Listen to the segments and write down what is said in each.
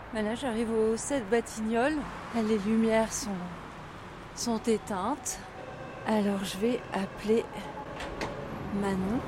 Voilà, j'arrive au 7 Batignolles. Les lumières sont éteintes. Alors je vais appeler Manon.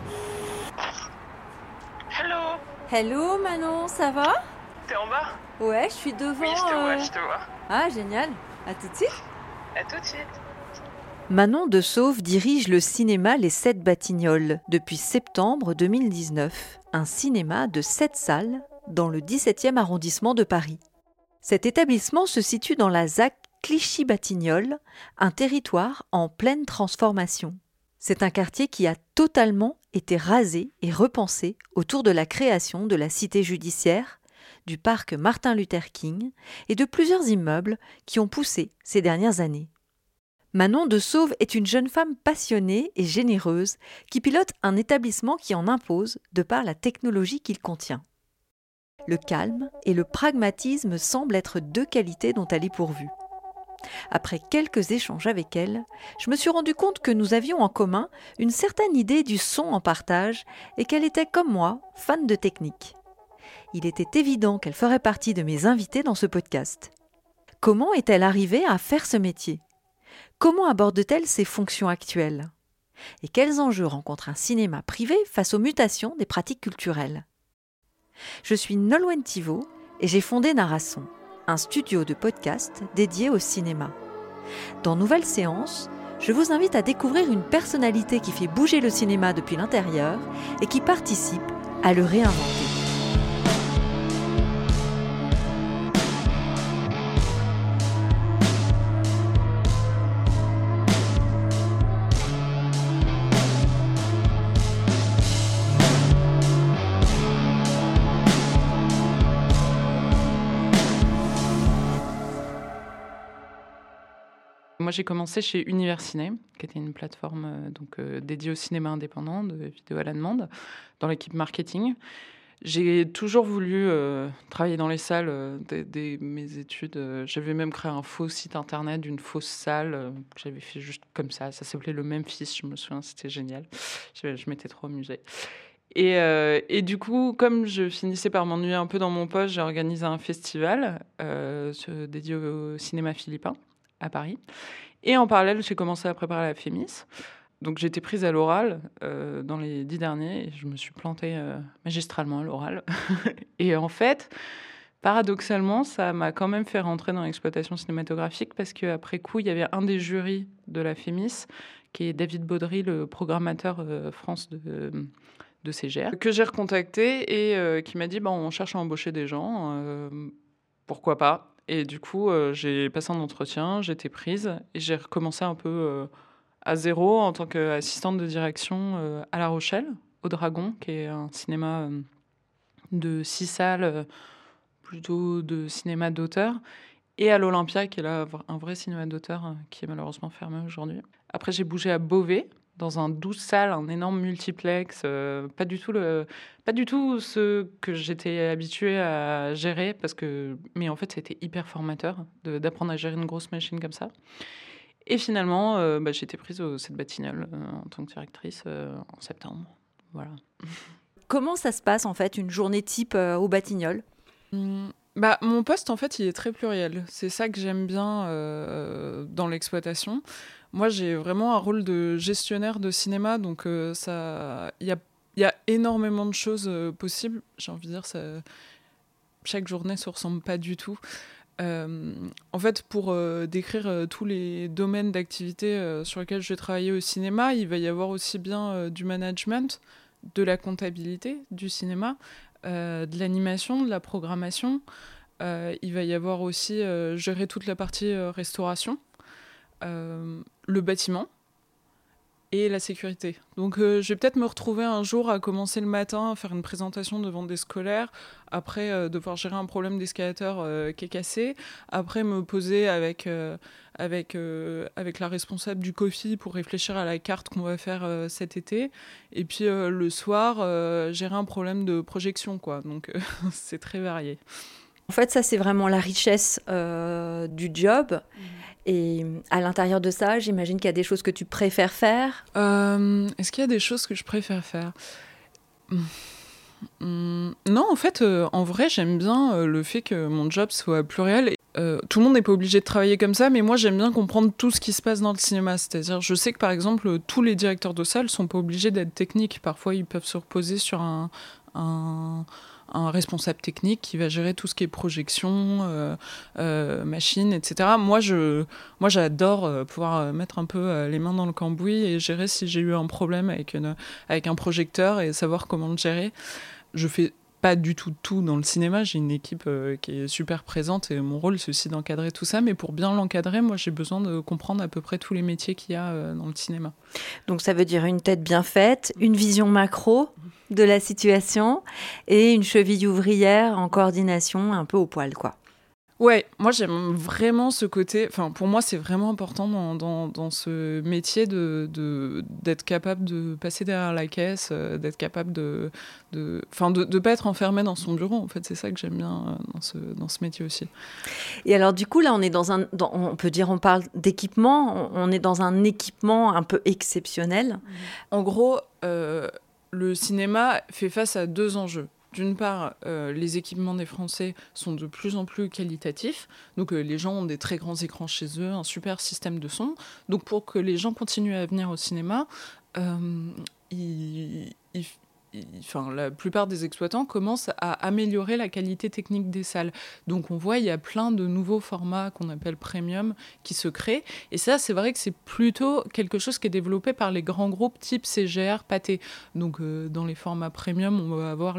Hello. Hello Manon, ça va? T'es en bas? Ouais, je suis devant. Oui, je te vois. Ah, génial. À tout de suite. À tout de suite. Manon de Sauve dirige le cinéma Les 7 Batignolles depuis septembre 2019. Un cinéma de 7 salles dans le 17e arrondissement de Paris. Cet établissement se situe dans la ZAC Clichy-Batignolles, un territoire en pleine transformation. C'est un quartier qui a totalement été rasé et repensé autour de la création de la cité judiciaire, du parc Martin Luther King et de plusieurs immeubles qui ont poussé ces dernières années. Manon de Sauve est une jeune femme passionnée et généreuse qui pilote un établissement qui en impose de par la technologie qu'il contient. Le calme et le pragmatisme semblent être deux qualités dont elle est pourvue. Après quelques échanges avec elle, je me suis rendu compte que nous avions en commun une certaine idée du son en partage et qu'elle était, comme moi, fan de technique. Il était évident qu'elle ferait partie de mes invités dans ce podcast. Comment est-elle arrivée à faire ce métier ? Comment aborde-t-elle ses fonctions actuelles ? Et quels enjeux rencontre un cinéma privé face aux mutations des pratiques culturelles ? Je suis Nolwenn Thivaud et j'ai fondé Narration, un studio de podcast dédié au cinéma. Dans Nouvelle Séance, je vous invite à découvrir une personnalité qui fait bouger le cinéma depuis l'intérieur et qui participe à le réinventer. Moi, j'ai commencé chez Universiné, qui était une plateforme dédiée au cinéma indépendant, de vidéo à la demande, dans l'équipe marketing. J'ai toujours voulu travailler dans les salles dès mes études. J'avais même créé un faux site internet d'une fausse salle que j'avais fait juste comme ça. Ça s'appelait le Memphis, je me souviens, c'était génial. Je m'étais trop amusée. Et du coup, comme je finissais par m'ennuyer un peu dans mon poste, j'ai organisé un festival dédié au cinéma philippin à Paris. Et en parallèle, j'ai commencé à préparer la Fémis. Donc j'ai été prise à l'oral dans les 10 derniers et je me suis plantée magistralement à l'oral. Et en fait, paradoxalement, ça m'a quand même fait rentrer dans l'exploitation cinématographique parce qu'après coup, il y avait un des jurys de la Fémis, qui est David Baudry, le programmateur France de CGR, que j'ai recontacté et qui m'a dit on cherche à embaucher des gens, pourquoi pas. Et du coup, j'ai passé un entretien, j'étais prise et j'ai recommencé un peu à zéro en tant qu'assistante de direction à La Rochelle, au Dragon, qui est un cinéma de 6 salles, plutôt de cinéma d'auteur, et à l'Olympia, qui est là un vrai cinéma d'auteur qui est malheureusement fermé aujourd'hui. Après, j'ai bougé à Beauvais, dans un 12 salles, un énorme multiplex, pas du tout ce que j'étais habituée à gérer, mais en fait, c'était hyper formateur d'apprendre à gérer une grosse machine comme ça. Et finalement, j'ai été prise au 7 Batignolles en tant que directrice en septembre. Voilà. Comment ça se passe en fait, une journée type au Batignolles ? Mon poste, en fait, il est très pluriel. C'est ça que j'aime bien dans l'exploitation. Moi, j'ai vraiment un rôle de gestionnaire de cinéma, donc il y a énormément de choses possibles. J'ai envie de dire, chaque journée ne se ressemble pas du tout. En fait, pour décrire tous les domaines d'activité sur lesquels je vais travailler au cinéma, il va y avoir aussi bien du management, de la comptabilité du cinéma, de l'animation, de la programmation. Il va y avoir aussi gérer toute la partie restauration, le bâtiment et la sécurité. Donc je vais peut-être me retrouver un jour à commencer le matin à faire une présentation devant des scolaires, après devoir gérer un problème d'escalateur qui est cassé, après me poser avec la responsable du COFI pour réfléchir à la carte qu'on va faire cet été, et puis le soir gérer un problème de projection, quoi. Donc c'est très varié. En fait, ça, c'est vraiment la richesse du job. Et à l'intérieur de ça, j'imagine qu'il y a des choses que tu préfères faire. Est-ce qu'il y a des choses que je préfère faire ? Non, en fait, en vrai, j'aime bien le fait que mon job soit pluriel. Tout le monde n'est pas obligé de travailler comme ça, mais moi, j'aime bien comprendre tout ce qui se passe dans le cinéma. C'est-à-dire, je sais que, par exemple, tous les directeurs de salle sont pas obligés d'être techniques. Parfois, ils peuvent se reposer sur un, un responsable technique qui va gérer tout ce qui est projection, machine, etc. Moi, j'adore pouvoir mettre un peu les mains dans le cambouis et gérer si j'ai eu un problème avec un projecteur et savoir comment le gérer. Je fais pas du tout dans le cinéma. J'ai une équipe qui est super présente et mon rôle, c'est aussi d'encadrer tout ça. Mais pour bien l'encadrer, moi, j'ai besoin de comprendre à peu près tous les métiers qu'il y a dans le cinéma. Donc ça veut dire une tête bien faite, une vision macro de la situation et une cheville ouvrière en coordination un peu au poil, quoi. Ouais, moi j'aime vraiment ce côté. Enfin, pour moi, c'est vraiment important dans ce métier d'être capable de passer derrière la caisse, d'être capable de pas être enfermé dans son bureau. En fait, c'est ça que j'aime bien dans ce métier aussi. Et alors, du coup, là, on est on peut dire, on parle d'équipement, on est dans un équipement un peu exceptionnel. En gros, le cinéma fait face à deux enjeux. D'une part, les équipements des Français sont de plus en plus qualitatifs. Donc, les gens ont des très grands écrans chez eux, un super système de son. Donc, pour que les gens continuent à venir au cinéma, la plupart des exploitants commencent à améliorer la qualité technique des salles. Donc on voit, il y a plein de nouveaux formats qu'on appelle premium qui se créent. Et ça, c'est vrai que c'est plutôt quelque chose qui est développé par les grands groupes type CGR, Pathé. Donc dans les formats premium, on va avoir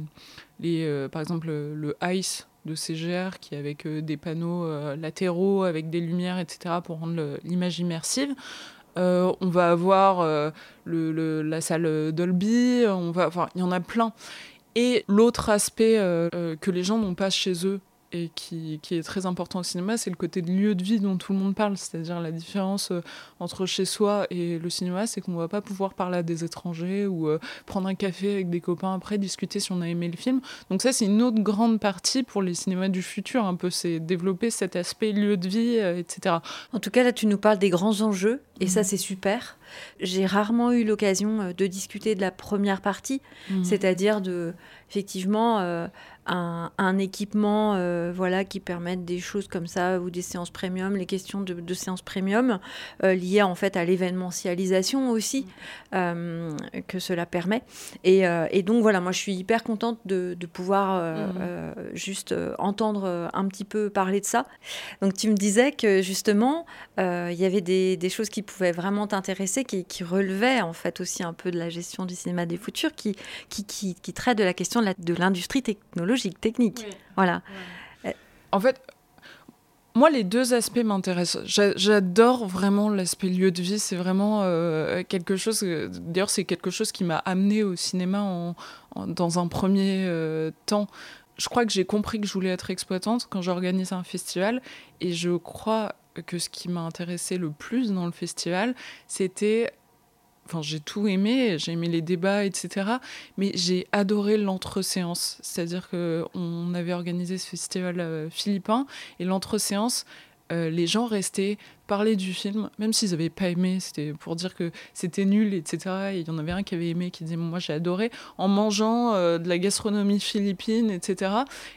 par exemple le Ice de CGR qui est avec des panneaux latéraux, avec des lumières, etc. pour rendre l'image immersive. On va avoir la salle Dolby, il y en a plein. Et l'autre aspect que les gens n'ont pas chez eux et qui est très important au cinéma, c'est le côté de lieu de vie dont tout le monde parle. C'est-à-dire la différence entre chez soi et le cinéma, c'est qu'on ne va pas pouvoir parler à des étrangers ou prendre un café avec des copains après, discuter si on a aimé le film. Donc ça, c'est une autre grande partie pour les cinémas du futur, un peu, c'est développer cet aspect lieu de vie, etc. En tout cas, là, tu nous parles des grands enjeux, et ça, c'est super. J'ai rarement eu l'occasion de discuter de la première partie, c'est-à-dire effectivement, un équipement qui permette des choses comme ça, ou des séances premium, les questions de séances premium, liées en fait à l'événementialisation aussi, que cela permet. Et donc voilà, moi je suis hyper contente de pouvoir juste entendre un petit peu parler de ça. Donc tu me disais que justement, il y avait des choses qui pouvaient vraiment t'intéresser, qui relevaient en fait aussi un peu de la gestion du cinéma des futurs, qui traitent de la question de l'industrie technologique, technique. Oui. Voilà. Ouais. En fait, moi, les deux aspects m'intéressent. J'adore vraiment l'aspect lieu de vie. C'est vraiment quelque chose... D'ailleurs, c'est quelque chose qui m'a amenée au cinéma dans un premier temps. Je crois que j'ai compris que je voulais être exploitante quand j'organisais un festival. Et je crois que ce qui m'a intéressé le plus dans le festival, c'était... Enfin, j'ai tout aimé, j'ai aimé les débats, etc. Mais j'ai adoré l'entre-séance. C'est-à-dire qu'on avait organisé ce festival philippin, et l'entre-séance, les gens restaient parler du film, même s'ils n'avaient pas aimé, c'était pour dire que c'était nul, etc. Et il y en avait un qui avait aimé, qui disait « Moi, j'ai adoré », en mangeant de la gastronomie philippine, etc.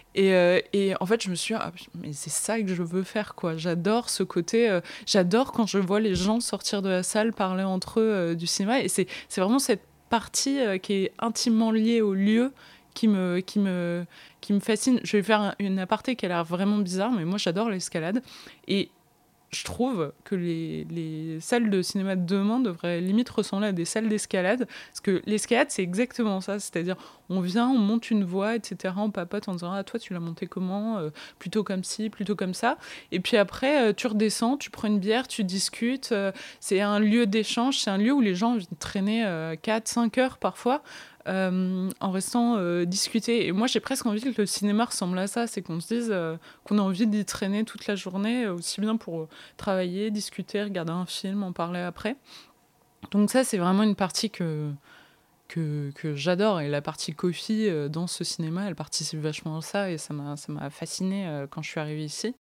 Et en fait, je me suis dit, mais c'est ça que je veux faire, quoi. J'adore ce côté, j'adore quand je vois les gens sortir de la salle, parler entre eux du cinéma. Et c'est vraiment cette partie qui est intimement liée au lieu qui me fascine. Je vais faire une aparté qui a l'air vraiment bizarre, mais moi, j'adore l'escalade. Et je trouve que les salles de cinéma de demain devraient limite ressembler à des salles d'escalade. Parce que l'escalade, c'est exactement ça. C'est-à-dire, on vient, on monte une voie, etc. On papote en disant « Ah, toi, tu l'as montée comment plutôt comme ci, plutôt comme ça. » Et puis après, tu redescends, tu prends une bière, tu discutes. C'est un lieu d'échange. C'est un lieu où les gens viennent traîner 4-5 heures parfois. En restant discuter. Et moi, j'ai presque envie que le cinéma ressemble à ça. C'est qu'on se dise qu'on a envie d'y traîner toute la journée, aussi bien pour travailler, discuter, regarder un film, en parler après. Donc ça, c'est vraiment une partie que j'adore. Et la partie coffee dans ce cinéma, elle participe vachement à ça. Et ça m'a fascinée quand je suis arrivée ici.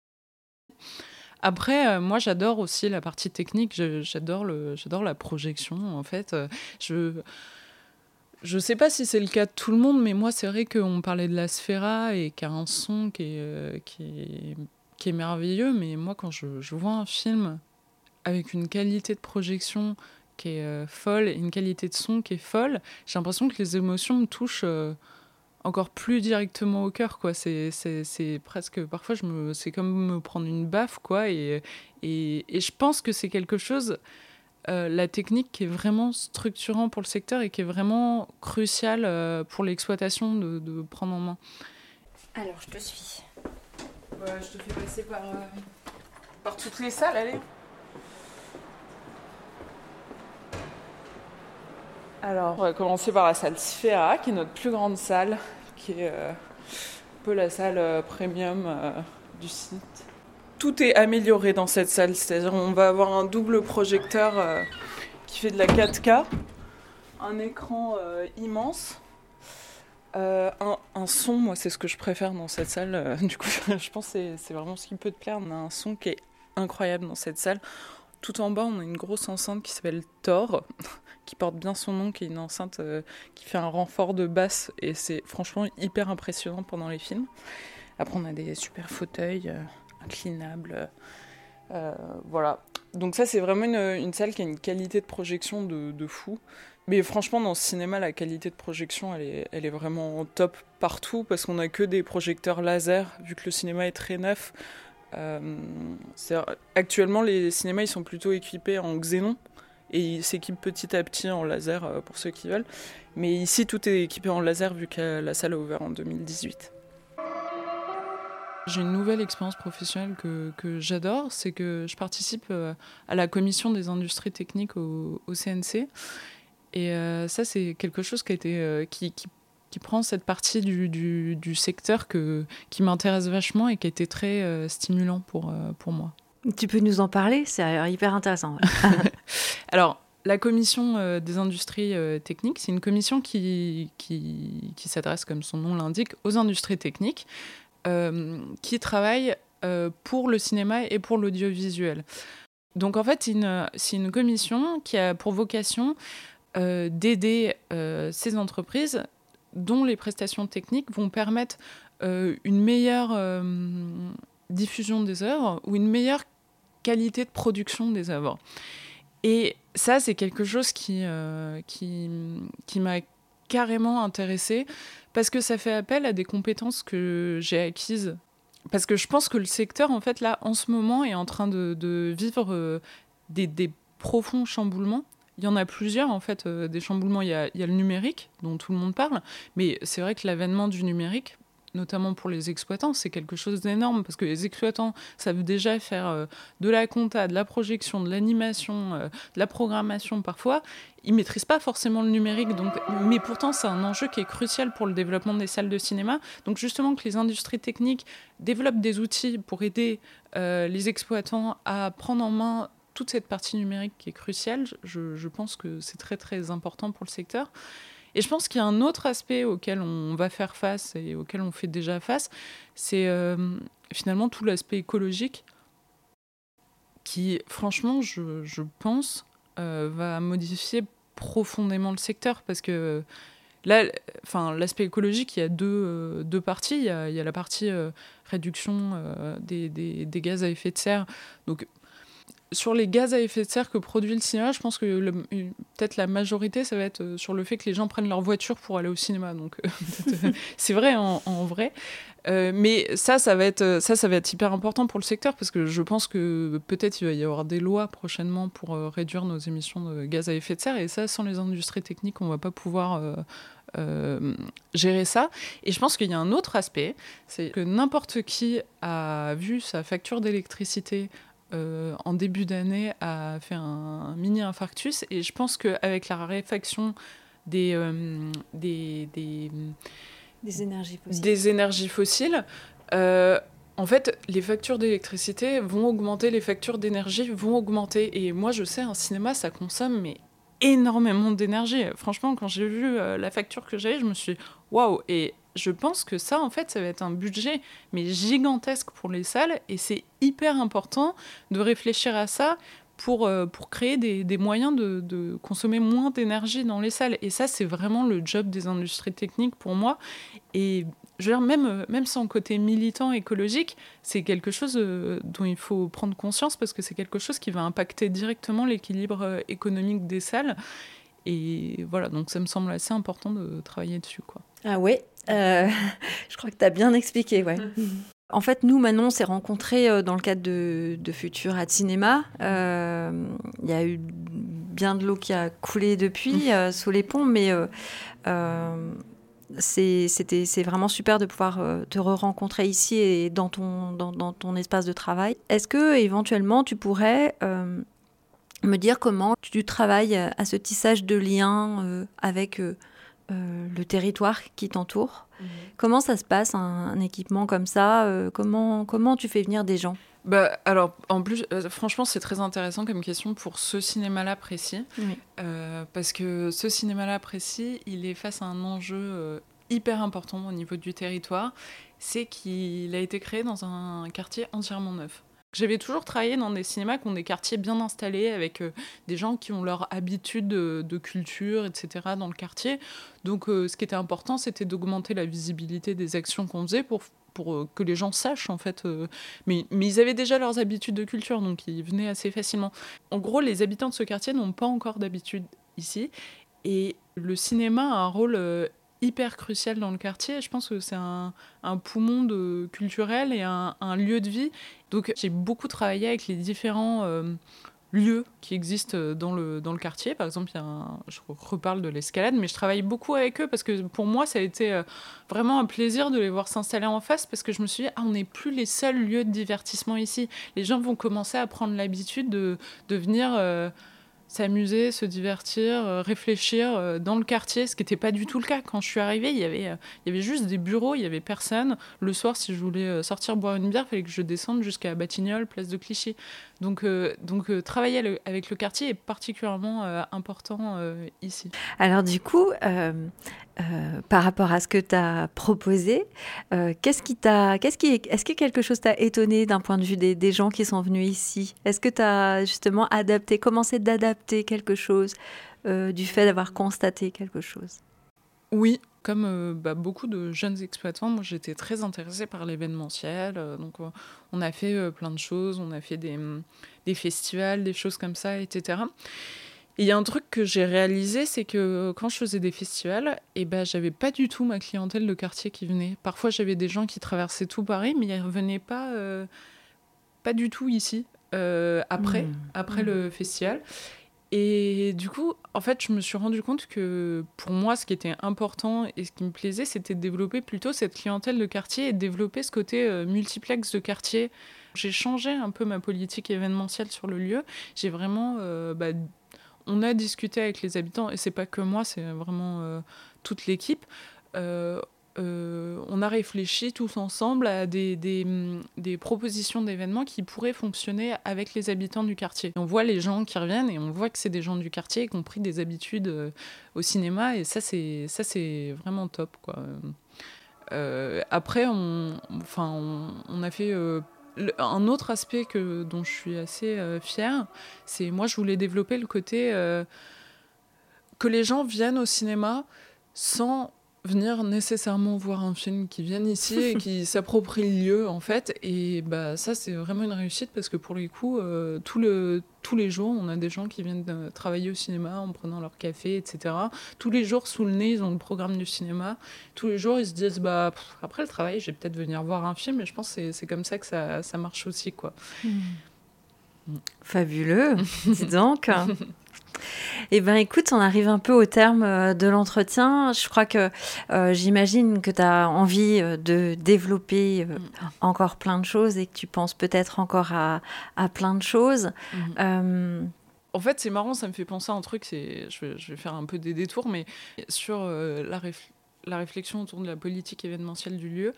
Après, moi, j'adore aussi la partie technique. J'adore la projection, en fait. Je sais pas si c'est le cas de tout le monde, mais moi, c'est vrai qu'on parlait de la Sphera et qui a un son qui est merveilleux. Mais moi, quand je vois un film avec une qualité de projection qui est folle et une qualité de son qui est folle, j'ai l'impression que les émotions me touchent encore plus directement au cœur, quoi. C'est presque... Parfois, c'est comme me prendre une baffe, quoi. Et je pense que c'est quelque chose... la technique qui est vraiment structurant pour le secteur et qui est vraiment cruciale pour l'exploitation de prendre en main. Alors, je te suis. Je te fais passer par toutes les salles, allez. Alors, on va commencer par la salle Sphera, qui est notre plus grande salle, qui est un peu la salle premium du site. Tout est amélioré dans cette salle, c'est-à-dire on va avoir un double projecteur qui fait de la 4K, un écran immense, un son, moi c'est ce que je préfère dans cette salle, du coup je pense que c'est vraiment ce qui peut te plaire, on a un son qui est incroyable dans cette salle. Tout en bas on a une grosse enceinte qui s'appelle Thor, qui porte bien son nom, qui est une enceinte qui fait un renfort de basse et c'est franchement hyper impressionnant pendant les films. Après on a des super fauteuils inclinables, voilà. Donc ça c'est vraiment une salle qui a une qualité de projection de fou. Mais franchement dans ce cinéma la qualité de projection elle est vraiment top partout parce qu'on a que des projecteurs laser vu que le cinéma est très neuf. Actuellement les cinémas ils sont plutôt équipés en xénon et ils s'équipent petit à petit en laser pour ceux qui veulent. Mais ici tout est équipé en laser vu que la salle a ouvert en 2018. J'ai une nouvelle expérience professionnelle que j'adore, c'est que je participe à la commission des industries techniques au CNC. Et ça, c'est quelque chose qui prend cette partie du secteur qui m'intéresse vachement et qui a été très stimulant pour moi. Tu peux nous en parler ? C'est hyper intéressant. Alors, la commission des industries techniques, c'est une commission qui s'adresse, comme son nom l'indique, aux industries techniques. Qui travaille pour le cinéma et pour l'audiovisuel. Donc en fait, c'est une commission qui a pour vocation d'aider ces entreprises dont les prestations techniques vont permettre une meilleure diffusion des œuvres ou une meilleure qualité de production des œuvres. Et ça, c'est quelque chose qui m'a carrément intéressée parce que ça fait appel à des compétences que j'ai acquises. Parce que je pense que le secteur, en fait, là, en ce moment, est en train de vivre des profonds chamboulements. Il y en a plusieurs, en fait, des chamboulements. Il y a le numérique, dont tout le monde parle, mais c'est vrai que l'avènement du numérique, notamment pour les exploitants, c'est quelque chose d'énorme, parce que les exploitants savent déjà faire de la compta, de la projection, de l'animation, de la programmation parfois. Ils ne maîtrisent pas forcément le numérique, mais pourtant c'est un enjeu qui est crucial pour le développement des salles de cinéma. Donc justement que les industries techniques développent des outils pour aider les exploitants à prendre en main toute cette partie numérique qui est cruciale, je pense que c'est très très important pour le secteur. Et je pense qu'il y a un autre aspect auquel on va faire face et auquel on fait déjà face, c'est finalement tout l'aspect écologique qui, franchement, je pense, va modifier profondément le secteur parce que là, l'aspect écologique, il y a deux parties. Il y a la partie réduction des gaz à effet de serre. Donc, sur les gaz à effet de serre que produit le cinéma, je pense que peut-être la majorité, ça va être sur le fait que les gens prennent leur voiture pour aller au cinéma. Donc, c'est vrai en vrai. Mais ça va être hyper important pour le secteur parce que je pense que peut-être il va y avoir des lois prochainement pour réduire nos émissions de gaz à effet de serre. Et ça, sans les industries techniques, on ne va pas pouvoir gérer ça. Et je pense qu'il y a un autre aspect, c'est que n'importe qui a vu sa facture d'électricité en début d'année a fait un mini infarctus et je pense qu'avec la raréfaction des énergies fossiles, en fait, les factures d'électricité vont augmenter, les factures d'énergie vont augmenter. Et moi, je sais, un cinéma, ça consomme mais énormément d'énergie. Franchement, quand j'ai vu la facture que j'avais, je me suis dit « waouh !» Et je pense que ça, en fait, ça va être un budget mais gigantesque pour les salles et c'est hyper important de réfléchir à ça pour créer des moyens de consommer moins d'énergie dans les salles. Et ça, c'est vraiment le job des industries techniques pour moi. Et je veux dire, même sans côté militant écologique, c'est quelque chose dont il faut prendre conscience parce que c'est quelque chose qui va impacter directement l'équilibre économique des salles. Et voilà, donc ça me semble assez important de travailler dessus, quoi. Ah ouais, je crois que tu as bien expliqué, ouais. En fait, nous, Manon, on s'est rencontrés dans le cadre de Futura de Cinéma. Il y a eu bien de l'eau qui a coulé depuis sous les ponts, mais c'est vraiment super de pouvoir te re-rencontrer ici et dans ton espace de travail. Est-ce que éventuellement tu pourrais me dire comment tu travailles à ce tissage de liens avec le territoire qui t'entoure? Comment ça se passe, un équipement comme ça? Comment tu fais venir des gens? Alors, en plus, franchement, c'est très intéressant comme question pour ce cinéma-là précis. Oui. Parce que ce cinéma-là précis, il est face à un enjeu hyper important au niveau du territoire. C'est qu'il a été créé dans un quartier entièrement neuf. J'avais toujours travaillé dans des cinémas qui ont des quartiers bien installés, avec des gens qui ont leur habitude de culture, etc. dans le quartier. Donc, ce qui était important, c'était d'augmenter la visibilité des actions qu'on faisait pour que les gens sachent, en fait. Mais ils avaient déjà leurs habitudes de culture, donc ils venaient assez facilement. En gros, les habitants de ce quartier n'ont pas encore d'habitude ici. Et le cinéma a un rôle hyper crucial dans le quartier. Et je pense que c'est un poumon culturel et un lieu de vie. Donc j'ai beaucoup travaillé avec les différents lieux qui existent dans le quartier. Par exemple, je reparle de l'escalade, mais je travaille beaucoup avec eux parce que pour moi, ça a été vraiment un plaisir de les voir s'installer en face parce que je me suis dit, on n'est plus les seuls lieux de divertissement ici. Les gens vont commencer à prendre l'habitude de venir s'amuser, se divertir, réfléchir dans le quartier, ce qui n'était pas du tout le cas. Quand je suis arrivée, il y avait juste des bureaux, il n'y avait personne. Le soir, si je voulais sortir boire une bière, il fallait que je descende jusqu'à Batignolles, place de Clichy. Donc travailler avec le quartier est particulièrement important ici. Alors du coup, par rapport à ce que tu as proposé, est-ce que quelque chose t'a étonné d'un point de vue des gens qui sont venus ici? Est-ce que tu as justement commencé d'adapter quelque chose du fait d'avoir constaté quelque chose? Oui, comme beaucoup de jeunes exploitants, moi j'étais très intéressée par l'événementiel. Donc on a fait plein de choses, on a fait des festivals, des choses comme ça, etc. Et il y a un truc que j'ai réalisé, c'est que quand je faisais des festivals, j'avais pas du tout ma clientèle de quartier qui venait. Parfois j'avais des gens qui traversaient tout Paris, mais ils revenaient pas du tout ici, après le festival. Et du coup, en fait, je me suis rendu compte que pour moi, ce qui était important et ce qui me plaisait, c'était de développer plutôt cette clientèle de quartier et de développer ce côté multiplex de quartier. J'ai changé un peu ma politique événementielle sur le lieu. J'ai vraiment... on a discuté avec les habitants, et c'est pas que moi, c'est vraiment toute l'équipe. On a réfléchi tous ensemble à des propositions d'événements qui pourraient fonctionner avec les habitants du quartier. On voit les gens qui reviennent et on voit que c'est des gens du quartier qui ont pris des habitudes au cinéma, et ça c'est vraiment top, quoi. Après, on a fait... un autre aspect dont je suis assez fière, c'est moi je voulais développer le côté que les gens viennent au cinéma sans venir nécessairement voir un film, qui viennent ici et qui s'approprient le lieu, en fait. Et ça, c'est vraiment une réussite parce que pour les coups, tous les jours, on a des gens qui viennent travailler au cinéma en prenant leur café, etc. Tous les jours, sous le nez, ils ont le programme du cinéma. Tous les jours, ils se disent, après le travail, je vais peut-être venir voir un film. Et je pense que c'est comme ça que ça marche aussi, quoi. Fabuleux, dis donc. Eh bien, écoute, on arrive un peu au terme de l'entretien. Je crois que j'imagine que tu as envie de développer encore plein de choses et que tu penses peut-être encore à plein de choses. En fait, c'est marrant, ça me fait penser à un truc, je vais faire un peu des détours, mais sur la réflexion autour de la politique événementielle du lieu,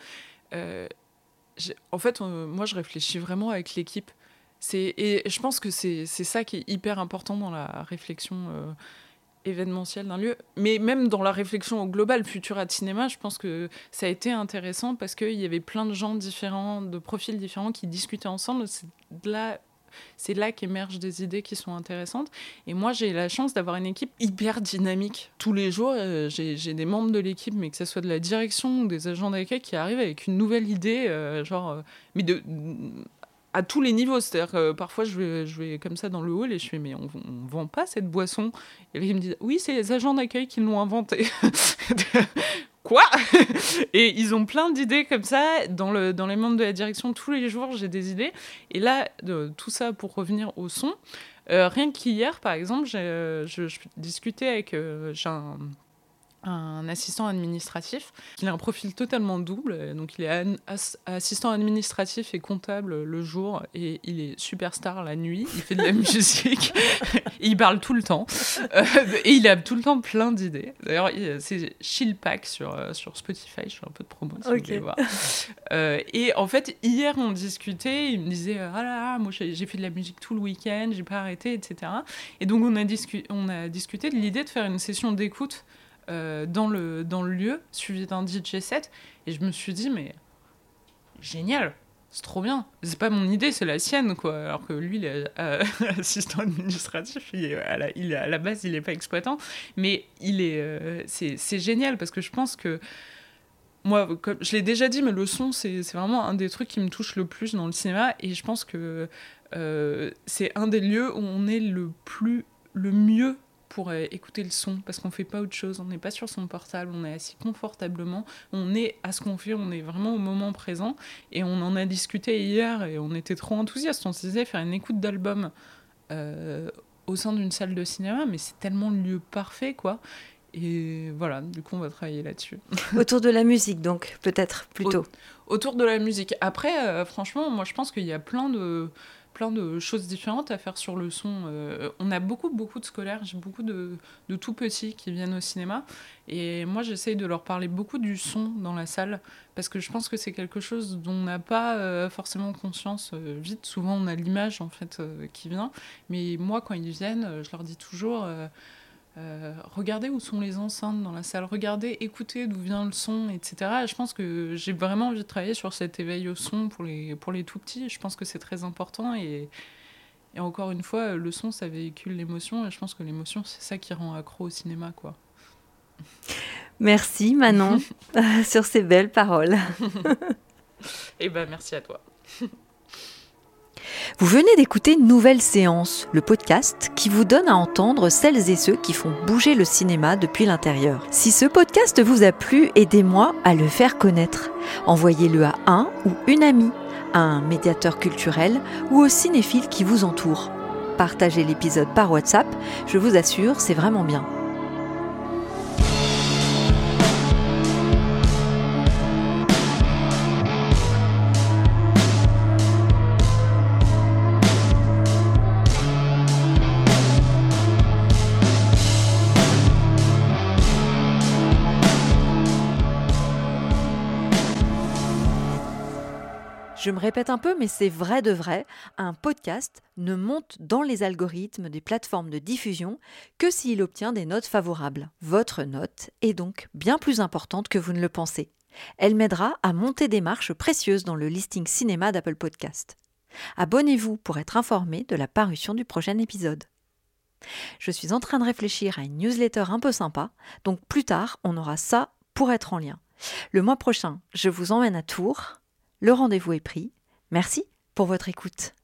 moi, je réfléchis vraiment avec l'équipe. Et je pense que c'est ça qui est hyper important dans la réflexion événementielle d'un lieu. Mais même dans la réflexion au global, Futura de Cinéma, je pense que ça a été intéressant parce qu'il y avait plein de gens différents, de profils différents qui discutaient ensemble. C'est de là c'est là qu'émergent des idées qui sont intéressantes. Et moi, j'ai la chance d'avoir une équipe hyper dynamique. Tous les jours, j'ai des membres de l'équipe, mais que ce soit de la direction ou des agents d'accueil, qui arrivent avec une nouvelle idée, mais à tous les niveaux. C'est-à-dire que parfois, je vais comme ça dans le hall et je fais, mais on vend pas cette boisson. Et là, ils me disent, oui, c'est les agents d'accueil qui l'ont inventée. Quoi? Et ils ont plein d'idées comme ça. Dans les membres de la direction, tous les jours, j'ai des idées. Et là, tout ça pour revenir au son. Rien qu'hier, par exemple, je discutais avec... j'ai un assistant administratif. Il a un profil totalement double. Donc, il est assistant administratif et comptable le jour et il est superstar la nuit. Il fait de la musique. Il parle tout le temps. Et il a tout le temps plein d'idées. D'ailleurs, c'est Chillpack sur Spotify. Je fais un peu de promo si vous voulez voir. Et en fait, hier, on discutait. Il me disait, ah là là, moi, j'ai fait de la musique tout le week-end. J'ai pas arrêté, etc. Et donc, on a discuté de l'idée de faire une session d'écoute dans le lieu, suivi d'un DJ set. Et je me suis dit, mais génial, c'est trop bien. C'est pas mon idée, c'est la sienne, quoi. Alors que lui, il est assistant administratif, à la base, il est pas exploitant. Mais c'est génial, parce que je pense que moi, comme je l'ai déjà dit, mais le son, c'est vraiment un des trucs qui me touche le plus dans le cinéma. Et je pense que c'est un des lieux où on est le mieux pour écouter le son, parce qu'on fait pas autre chose, on n'est pas sur son portable, on est assis confortablement, on est à ce qu'on fait, on est vraiment au moment présent, et on en a discuté hier, et on était trop enthousiastes, on se disait faire une écoute d'album au sein d'une salle de cinéma, mais c'est tellement le lieu parfait, quoi. Et voilà, du coup on va travailler là-dessus. Autour de la musique, donc, peut-être, plutôt. Autour de la musique. Après, franchement, moi je pense qu'il y a plein de choses différentes à faire sur le son. On a beaucoup de scolaires, j'ai beaucoup de tout petits qui viennent au cinéma. Et moi, j'essaye de leur parler beaucoup du son dans la salle, parce que je pense que c'est quelque chose dont on n'a pas forcément conscience vite. Souvent, on a l'image, en fait, qui vient. Mais moi, quand ils viennent, je leur dis toujours... regardez où sont les enceintes dans la salle, regardez, écoutez d'où vient le son, etc. Et je pense que j'ai vraiment envie de travailler sur cet éveil au son pour les tout petits. Je pense que c'est très important et encore une fois, le son, ça véhicule l'émotion et je pense que l'émotion, c'est ça qui rend accro au cinéma, quoi. Merci Manon sur ces belles paroles. Et ben merci à toi. Vous venez d'écouter Nouvelle Séance, le podcast qui vous donne à entendre celles et ceux qui font bouger le cinéma depuis l'intérieur. Si ce podcast vous a plu, aidez-moi à le faire connaître. Envoyez-le à un ou une amie, à un médiateur culturel ou au cinéphile qui vous entoure. Partagez l'épisode par WhatsApp, je vous assure, c'est vraiment bien. Je me répète un peu, mais c'est vrai de vrai, un podcast ne monte dans les algorithmes des plateformes de diffusion que s'il obtient des notes favorables. Votre note est donc bien plus importante que vous ne le pensez. Elle m'aidera à monter des marches précieuses dans le listing cinéma d'Apple Podcast. Abonnez-vous pour être informé de la parution du prochain épisode. Je suis en train de réfléchir à une newsletter un peu sympa, donc plus tard, on aura ça pour être en lien. Le mois prochain, je vous emmène à Tours. Le rendez-vous est pris. Merci pour votre écoute.